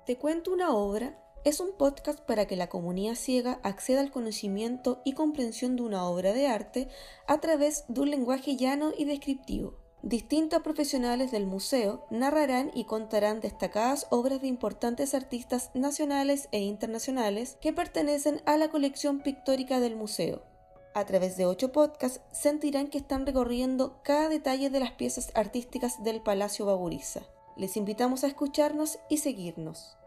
Te cuento una obra es un podcast para que la comunidad ciega acceda al conocimiento y comprensión de una obra de arte a través de un lenguaje llano y descriptivo. Distintos profesionales del museo narrarán y contarán destacadas obras de importantes artistas nacionales e internacionales que pertenecen a la colección pictórica del museo. A través de 8 podcasts sentirán que están recorriendo cada detalle de las piezas artísticas del Palacio Baburiza. Les invitamos a escucharnos y seguirnos.